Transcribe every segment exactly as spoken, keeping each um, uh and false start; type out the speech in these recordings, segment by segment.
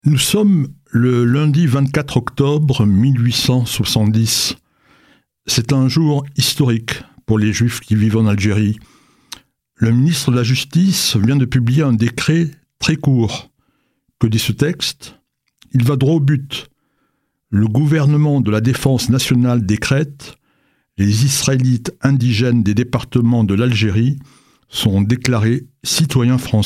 Nous sommes le lundi vingt-quatre octobre mille huit cent soixante-dix. C'est un jour historique pour les Juifs qui vivent en Algérie. Le ministre de la Justice vient de publier un décret très court. Que dit ce texte ? Il va droit au but. Le gouvernement de la défense nationale décrète « Les Israélites indigènes des départements de l'Algérie sont déclarés citoyens français ».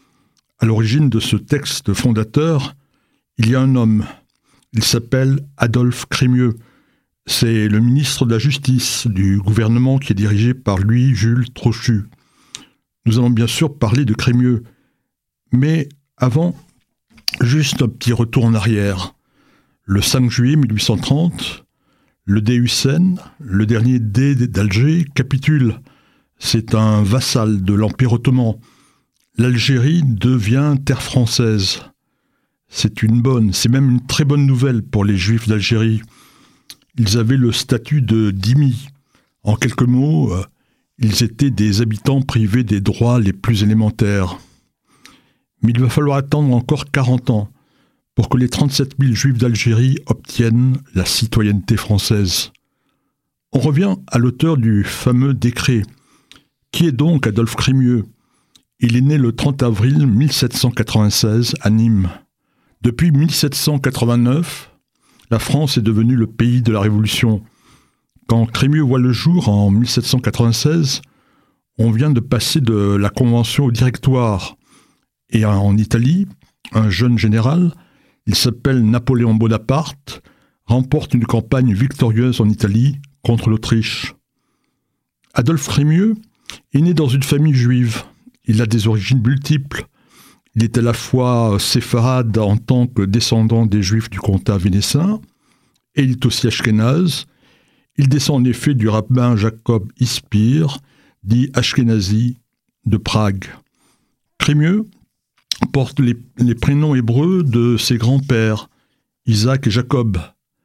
À l'origine de ce texte fondateur, il y a un homme. Il s'appelle Adolphe Crémieux. C'est le ministre de la Justice du gouvernement qui est dirigé par Louis-Jules Trochu. Nous allons bien sûr parler de Crémieux. Mais avant, juste un petit retour en arrière. Le cinq juillet mille huit cent trente, le Dey Hussen, le dernier Dey d'Alger, capitule. C'est un vassal de l'Empire ottoman. L'Algérie devient terre française. C'est une bonne, c'est même une très bonne nouvelle pour les Juifs d'Algérie. Ils avaient le statut de dhimmi. En quelques mots, ils étaient des habitants privés des droits les plus élémentaires. Mais il va falloir attendre encore quarante ans pour que les trente-sept mille Juifs d'Algérie obtiennent la citoyenneté française. On revient à l'auteur du fameux décret. Qui est donc Adolphe Crémieux ? Il est né le trente avril mille sept cent quatre-vingt-seize à Nîmes. Depuis mille sept cent quatre-vingt-neuf, la France est devenue le pays de la Révolution. Quand Crémieux voit le jour en mille sept cent quatre-vingt-seize, on vient de passer de la Convention au Directoire. Et en Italie, un jeune général, il s'appelle Napoléon Bonaparte, remporte une campagne victorieuse en Italie contre l'Autriche. Adolphe Crémieux est né dans une famille juive. Il a des origines multiples. Il est à la fois séfarade en tant que descendant des Juifs du comtat vénécin, et il est aussi ashkénaze. Il descend en effet du rabbin Jacob Ispir, dit Ashkenazi, de Prague. Crémieux porte les, les prénoms hébreux de ses grands-pères, Isaac et Jacob.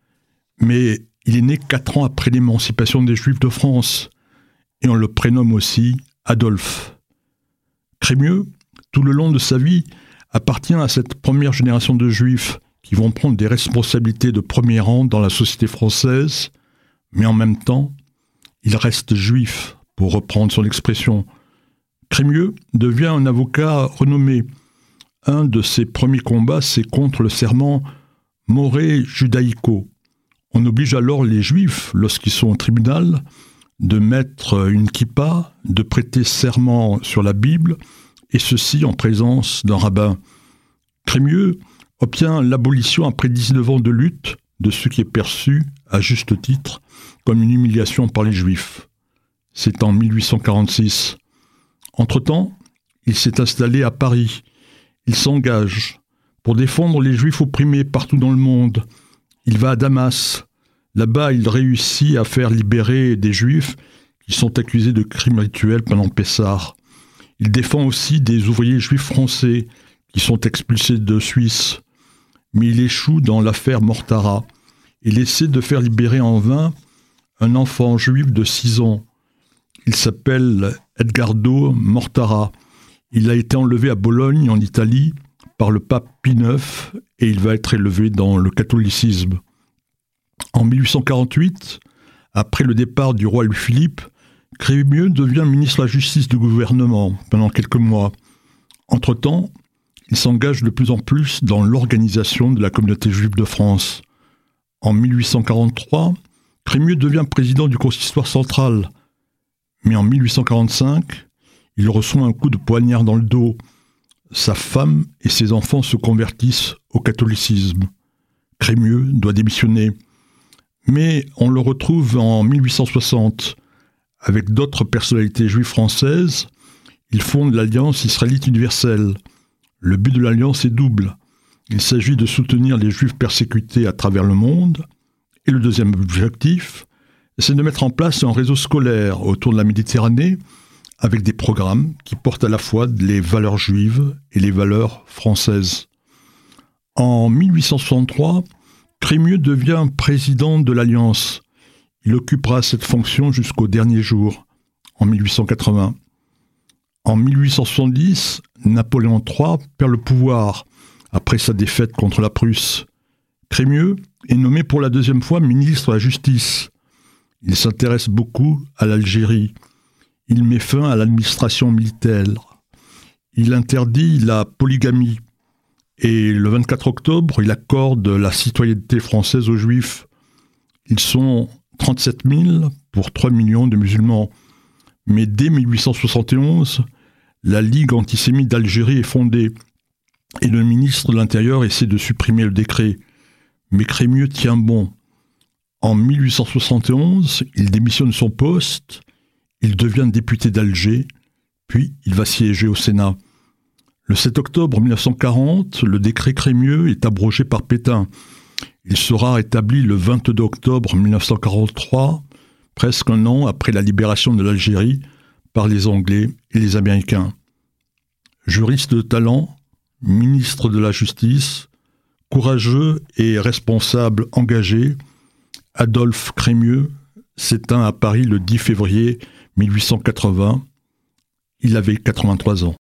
Mais il est né quatre ans après l'émancipation des Juifs de France, et on le prénomme aussi Adolphe. Crémieux, tout le long de sa vie, appartient à cette première génération de Juifs qui vont prendre des responsabilités de premier rang dans la société française, mais en même temps, il reste juif, pour reprendre son expression. Crémieux devient un avocat renommé. Un de ses premiers combats, c'est contre le serment Moré Judaico. On oblige alors les Juifs, lorsqu'ils sont au tribunal, de mettre une kippa, de prêter serment sur la Bible, et ceci en présence d'un rabbin. Crémieux obtient l'abolition après dix-neuf ans de lutte de ce qui est perçu, à juste titre, comme une humiliation par les Juifs. C'est en mille huit cent quarante-six. Entre-temps, il s'est installé à Paris. Il s'engage pour défendre les Juifs opprimés partout dans le monde. Il va à Damas. Là-bas, il réussit à faire libérer des Juifs qui sont accusés de crimes rituels pendant Pessah. Il défend aussi des ouvriers juifs français qui sont expulsés de Suisse. Mais il échoue dans l'affaire Mortara. Il essaie de faire libérer en vain un enfant juif de six ans. Il s'appelle Edgardo Mortara. Il a été enlevé à Bologne, en Italie, par le pape Pie neuf et il va être élevé dans le catholicisme. En mille huit cent quarante-huit, après le départ du roi Louis-Philippe, Crémieux devient ministre de la Justice du gouvernement pendant quelques mois. Entre-temps, il s'engage de plus en plus dans l'organisation de la communauté juive de France. En mille huit cent quarante-trois, Crémieux devient président du consistoire central. Mais en mille huit cent quarante-cinq, il reçoit un coup de poignard dans le dos. Sa femme et ses enfants se convertissent au catholicisme. Crémieux doit démissionner. Mais on le retrouve en mille huit cent soixante. Avec d'autres personnalités juives françaises, il fonde l'Alliance israélite universelle. Le but de l'Alliance est double. Il s'agit de soutenir les Juifs persécutés à travers le monde. Et le deuxième objectif, c'est de mettre en place un réseau scolaire autour de la Méditerranée avec des programmes qui portent à la fois les valeurs juives et les valeurs françaises. En mille huit cent soixante-trois, Crémieux devient président de l'Alliance. Il occupera cette fonction jusqu'au dernier jour, en mille huit cent quatre-vingts. En mille huit cent soixante-dix, Napoléon trois perd le pouvoir après sa défaite contre la Prusse. Crémieux est nommé pour la deuxième fois ministre de la Justice. Il s'intéresse beaucoup à l'Algérie. Il met fin à l'administration militaire. Il interdit la polygamie. Et le vingt-quatre octobre, il accorde la citoyenneté française aux Juifs. Ils sont trente-sept mille pour trois millions de musulmans. Mais dès mille huit cent soixante et onze, la Ligue antisémite d'Algérie est fondée. Et le ministre de l'Intérieur essaie de supprimer le décret. Mais Crémieux tient bon. En mille huit cent soixante et onze, il démissionne de son poste, il devient député d'Alger, puis il va siéger au Sénat. Le sept octobre mille neuf cent quarante, le décret Crémieux est abrogé par Pétain. Il sera rétabli le vingt-deux octobre mille neuf cent quarante-trois, presque un an après la libération de l'Algérie par les Anglais et les Américains. Juriste de talent, ministre de la Justice, courageux et responsable engagé, Adolphe Crémieux s'éteint à Paris le dix février mille huit cent quatre-vingts. Il avait quatre-vingt-trois ans.